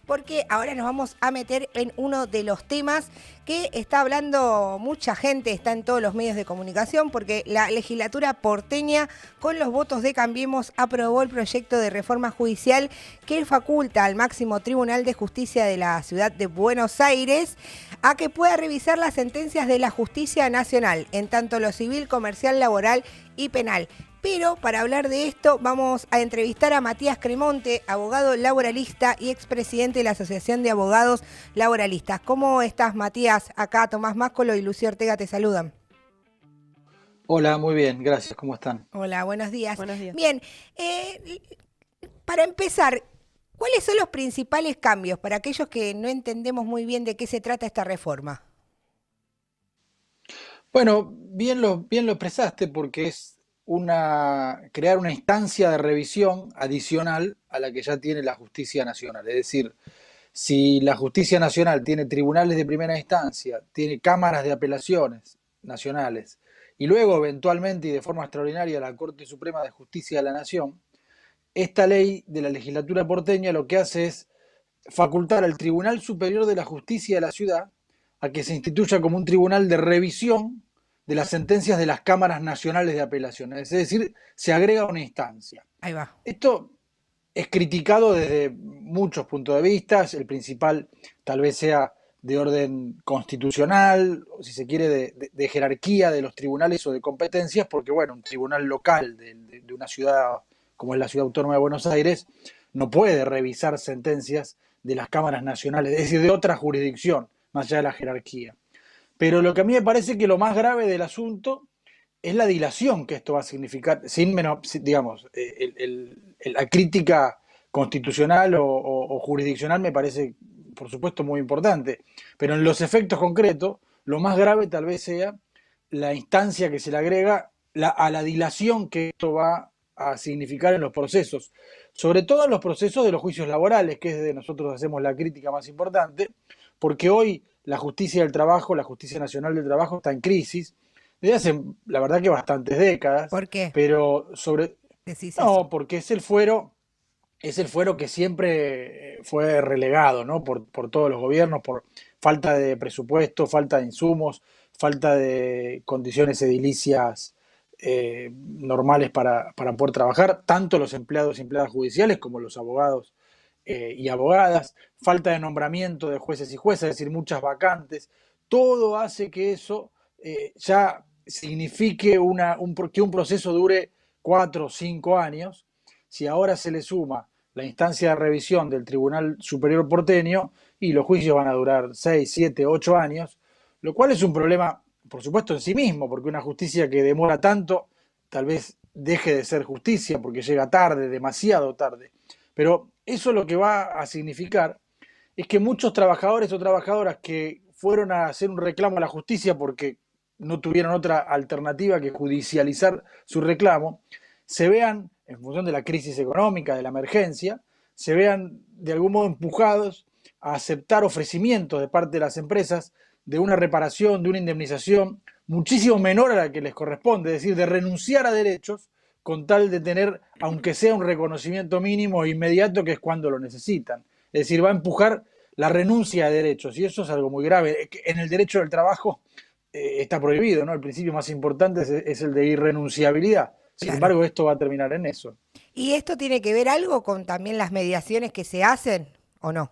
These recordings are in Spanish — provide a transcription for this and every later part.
porque ahora nos vamos a meter en uno de los temas que está hablando mucha gente, está en todos los medios de comunicación, porque la legislatura porteña, con los votos de Cambiemos, aprobó el proyecto de reforma judicial que faculta al máximo Tribunal de Justicia de la Ciudad de Buenos Aires a que pueda revisar las sentencias de la justicia nacional, en tanto lo civil, comercial, laboral y penal. Pero para hablar de esto vamos a entrevistar a Matías Cremonte, abogado laboralista y expresidente de la Asociación de Abogados Laboralistas. ¿Cómo estás, Matías? Acá Tomás Máscolo y Lucía Ortega te saludan. Hola, muy bien, gracias. ¿Cómo están? Hola, buenos días. Buenos días. Bien, para empezar, ¿cuáles son los principales cambios para aquellos que no entendemos muy bien de qué se trata esta reforma? Bueno, bien lo expresaste porque es crear una instancia de revisión adicional a la que ya tiene la justicia nacional. Es decir, si la justicia nacional tiene tribunales de primera instancia, tiene cámaras de apelaciones nacionales y luego eventualmente y de forma extraordinaria la Corte Suprema de Justicia de la Nación, esta ley de la legislatura porteña lo que hace es facultar al Tribunal Superior de la Justicia de la ciudad a que se instituya como un tribunal de revisión de las sentencias de las cámaras nacionales de apelaciones. Es decir, se agrega una instancia. Ahí va. Esto es criticado desde muchos puntos de vista. El principal tal vez sea de orden constitucional, o si se quiere, de jerarquía de los tribunales o de competencias, porque bueno, un tribunal local de una ciudad como es la Ciudad Autónoma de Buenos Aires no puede revisar sentencias de las cámaras nacionales, es decir, de otra jurisdicción, más allá de la jerarquía. Pero lo que a mí me parece que lo más grave del asunto es la dilación que esto va a significar, sin menos, digamos, la crítica constitucional o jurisdiccional me parece, por supuesto, muy importante, pero en los efectos concretos, lo más grave tal vez sea la instancia que se le agrega a la dilación que esto va a significar en los procesos, sobre todo en los procesos de los juicios laborales, que es de nosotros hacemos la crítica más importante, porque hoy la justicia del trabajo, la justicia nacional del trabajo está en crisis, desde hace, la verdad que bastantes décadas, ¿Por qué pero decís eso? no, porque es el fuero que siempre fue relegado, ¿no? Por todos los gobiernos, por falta de presupuesto, falta de insumos, falta de condiciones edilicias normales para poder trabajar, tanto los empleados y empleadas judiciales como los abogados y abogadas, falta de nombramiento de jueces y juezas, es decir, muchas vacantes. Todo hace que eso ya signifique que un proceso dure 4 o 5 años. Si ahora se le suma la instancia de revisión del Tribunal Superior porteño y los juicios van a durar 6, 7, 8 años, lo cual es un problema, por supuesto, en sí mismo, porque una justicia que demora tanto tal vez deje de ser justicia porque llega tarde, demasiado tarde. Pero eso lo que va a significar es que muchos trabajadores o trabajadoras que fueron a hacer un reclamo a la justicia porque no tuvieron otra alternativa que judicializar su reclamo, se vean, en función de la crisis económica, de la emergencia, se vean de algún modo empujados a aceptar ofrecimientos de parte de las empresas de una reparación, de una indemnización muchísimo menor a la que les corresponde, es decir, de renunciar a derechos con tal de tener, aunque sea un reconocimiento mínimo e inmediato, que es cuando lo necesitan. Es decir, va a empujar la renuncia a derechos, y eso es algo muy grave. En el derecho del trabajo está prohibido, ¿no? El principio más importante es el de irrenunciabilidad. Sin Claro. embargo, esto va a terminar en eso. ¿Y esto tiene que ver algo con también las mediaciones que se hacen o no?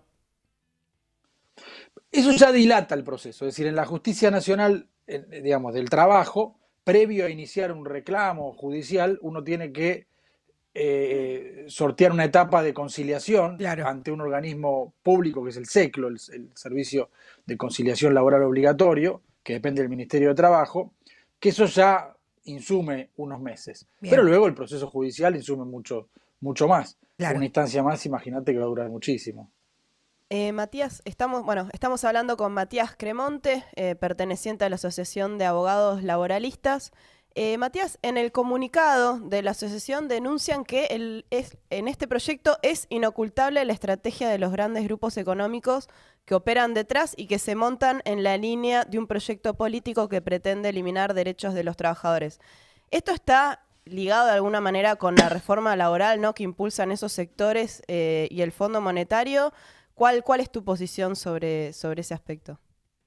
Eso ya dilata el proceso, es decir, en la justicia nacional, digamos, del trabajo, previo a iniciar un reclamo judicial, uno tiene que sortear una etapa de conciliación Claro. ante un organismo público que es el SECLO, el Servicio de Conciliación Laboral Obligatorio, que depende del Ministerio de Trabajo, que eso ya insume unos meses. Pero Bien, luego el proceso judicial insume mucho más. claro. Una instancia más, imagínate que va a durar muchísimo. Matías, estamos hablando con Matías Cremonte, perteneciente a la Asociación de Abogados Laboralistas. Matías, en el comunicado de la asociación denuncian que en este proyecto es inocultable la estrategia de los grandes grupos económicos que operan detrás y que se montan en la línea de un proyecto político que pretende eliminar derechos de los trabajadores. Esto está ligado de alguna manera con la reforma laboral, ¿no?, que impulsan esos sectores y el Fondo Monetario. ¿Cuál es tu posición sobre ese aspecto?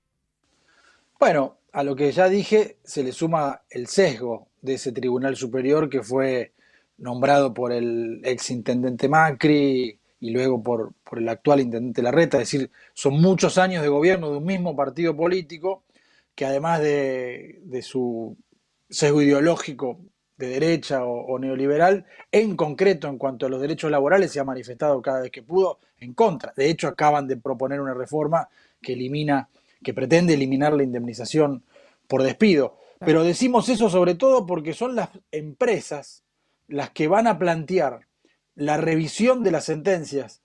Bueno, a lo que ya dije se le suma el sesgo de ese Tribunal Superior que fue nombrado por el ex intendente Macri y luego por el actual intendente Larreta, es decir, son muchos años de gobierno de un mismo partido político que además de su sesgo ideológico de derecha o neoliberal, en concreto en cuanto a los derechos laborales se ha manifestado cada vez que pudo en contra. De hecho, acaban de proponer una reforma que que pretende eliminar la indemnización por despido. Pero decimos eso sobre todo porque son las empresas las que van a plantear la revisión de las sentencias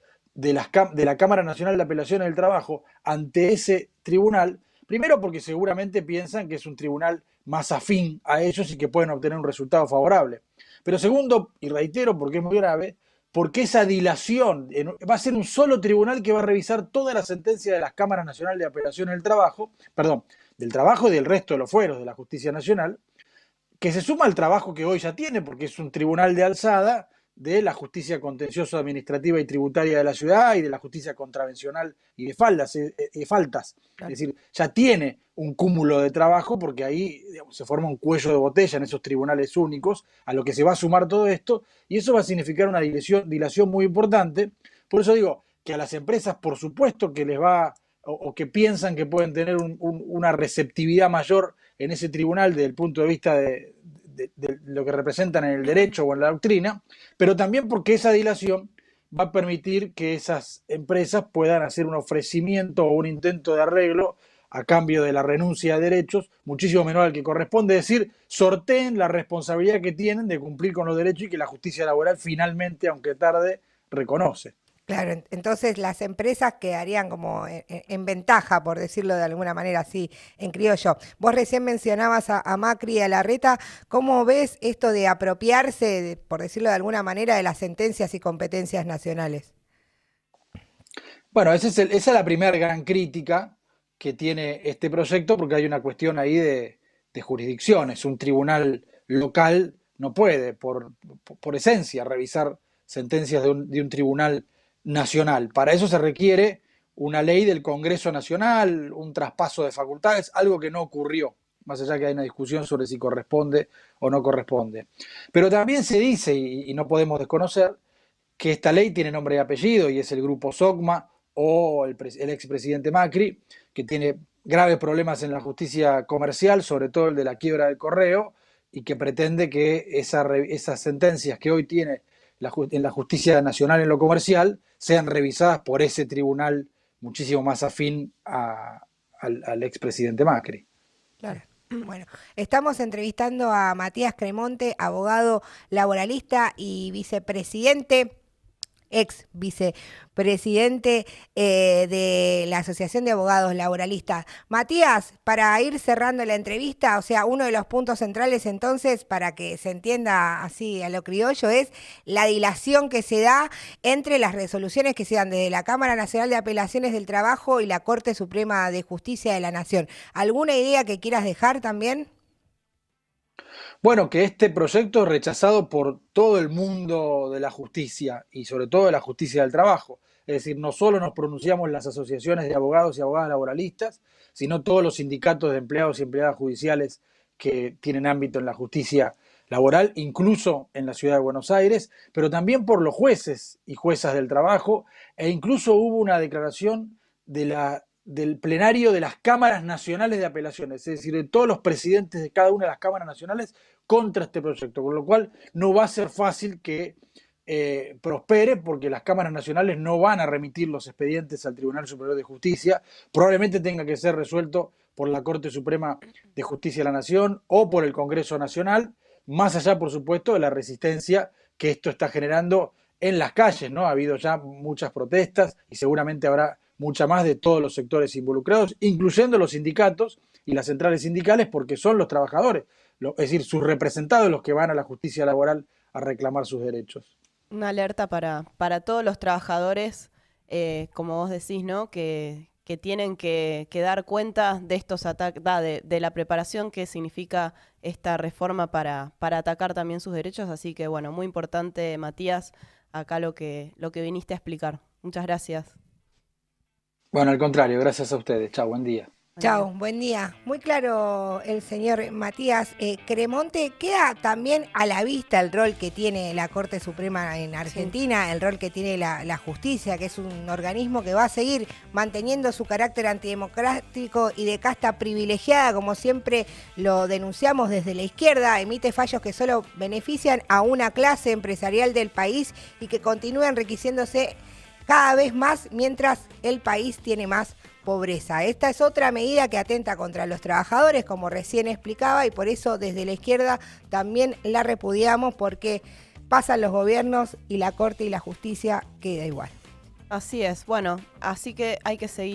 de la Cámara Nacional de Apelaciones del Trabajo ante ese tribunal, primero porque seguramente piensan que es un tribunal más afín a ellos y que pueden obtener un resultado favorable. Pero segundo, y reitero porque es muy grave, porque esa dilación va a ser un solo tribunal que va a revisar todas las sentencias de las Cámaras Nacionales de Apelaciones del Trabajo, perdón, del trabajo y del resto de los fueros de la justicia nacional, que se suma al trabajo que hoy ya tiene, porque es un tribunal de alzada de la justicia contencioso administrativa y tributaria de la ciudad y de la justicia contravencional y de faltas. Claro. Es decir, ya tiene un cúmulo de trabajo porque ahí digamos, se forma un cuello de botella en esos tribunales únicos, a lo que se va a sumar todo esto, y eso va a significar una dilación muy importante. Por eso digo que a las empresas, por supuesto que les va, o que piensan que pueden tener una receptividad mayor en ese tribunal desde el punto de vista de lo que representan en el derecho o en la doctrina, pero también porque esa dilación va a permitir que esas empresas puedan hacer un ofrecimiento o un intento de arreglo a cambio de la renuncia de derechos muchísimo menor al que corresponde, es decir, sorteen la responsabilidad que tienen de cumplir con los derechos y que la justicia laboral finalmente, aunque tarde, reconoce. Claro, entonces las empresas quedarían como en ventaja, por decirlo de alguna manera así, en criollo. Vos recién mencionabas a Macri y a Larreta, ¿cómo ves esto de apropiarse, por decirlo de alguna manera, de las sentencias y competencias nacionales? Bueno, esa es la primera gran crítica que tiene este proyecto, porque hay una cuestión ahí de jurisdicciones. Un tribunal local no puede, por esencia, revisar sentencias de un tribunal nacional. Para eso se requiere una ley del Congreso Nacional, un traspaso de facultades, algo que no ocurrió, más allá que hay una discusión sobre si corresponde o no corresponde. Pero también se dice, y no podemos desconocer, que esta ley tiene nombre y apellido y es el grupo SOCMA o el expresidente Macri, que tiene graves problemas en la justicia comercial, sobre todo el de la quiebra del correo, y que pretende que esas sentencias que hoy tiene en la justicia nacional en lo comercial sean revisadas por ese tribunal muchísimo más afín al expresidente Macri. Claro. Bueno, estamos entrevistando a Matías Cremonte, abogado laboralista y ex vicepresidente de la Asociación de Abogados Laboralistas. Matías, para ir cerrando la entrevista, o sea, uno de los puntos centrales entonces, para que se entienda así a lo criollo, es la dilación que se da entre las resoluciones que se dan desde la Cámara Nacional de Apelaciones del Trabajo y la Corte Suprema de Justicia de la Nación. ¿Alguna idea que quieras dejar también? Bueno, que este proyecto es rechazado por todo el mundo de la justicia y sobre todo de la justicia del trabajo. Es decir, no solo nos pronunciamos las asociaciones de abogados y abogadas laboralistas, sino todos los sindicatos de empleados y empleadas judiciales que tienen ámbito en la justicia laboral, incluso en la ciudad de Buenos Aires, pero también por los jueces y juezas del trabajo, e incluso hubo una declaración del plenario de las cámaras nacionales de apelaciones, es decir, de todos los presidentes de cada una de las cámaras nacionales contra este proyecto, con lo cual no va a ser fácil que prospere porque las cámaras nacionales no van a remitir los expedientes al Tribunal Superior de Justicia, probablemente tenga que ser resuelto por la Corte Suprema de Justicia de la Nación o por el Congreso Nacional, más allá, por supuesto, de la resistencia que esto está generando en las calles, ¿no? Ha habido ya muchas protestas y seguramente habrá mucha más de todos los sectores involucrados, incluyendo los sindicatos y las centrales sindicales, porque son los trabajadores, es decir, sus representados los que van a la justicia laboral a reclamar sus derechos. Una alerta para todos los trabajadores, como vos decís, ¿no? Que tienen que dar cuenta de estos ataques, de la preparación que significa esta reforma para atacar también sus derechos. Así que, bueno, muy importante, Matías, acá lo que viniste a explicar. Muchas gracias. Bueno, al contrario, gracias a ustedes. Chao, buen día. Chao, buen día. Muy claro el señor Matías Cremonte. Queda también a la vista el rol que tiene la Corte Suprema en Argentina, el rol que tiene la justicia, que es un organismo que va a seguir manteniendo su carácter antidemocrático y de casta privilegiada, como siempre lo denunciamos desde la izquierda. Emite fallos que solo benefician a una clase empresarial del país y que continúa enriqueciéndose cada vez más mientras el país tiene más pobreza. Esta es otra medida que atenta contra los trabajadores, como recién explicaba, y por eso desde la izquierda también la repudiamos, porque pasan los gobiernos y la Corte y la Justicia queda igual. Así es, bueno, así que hay que seguir.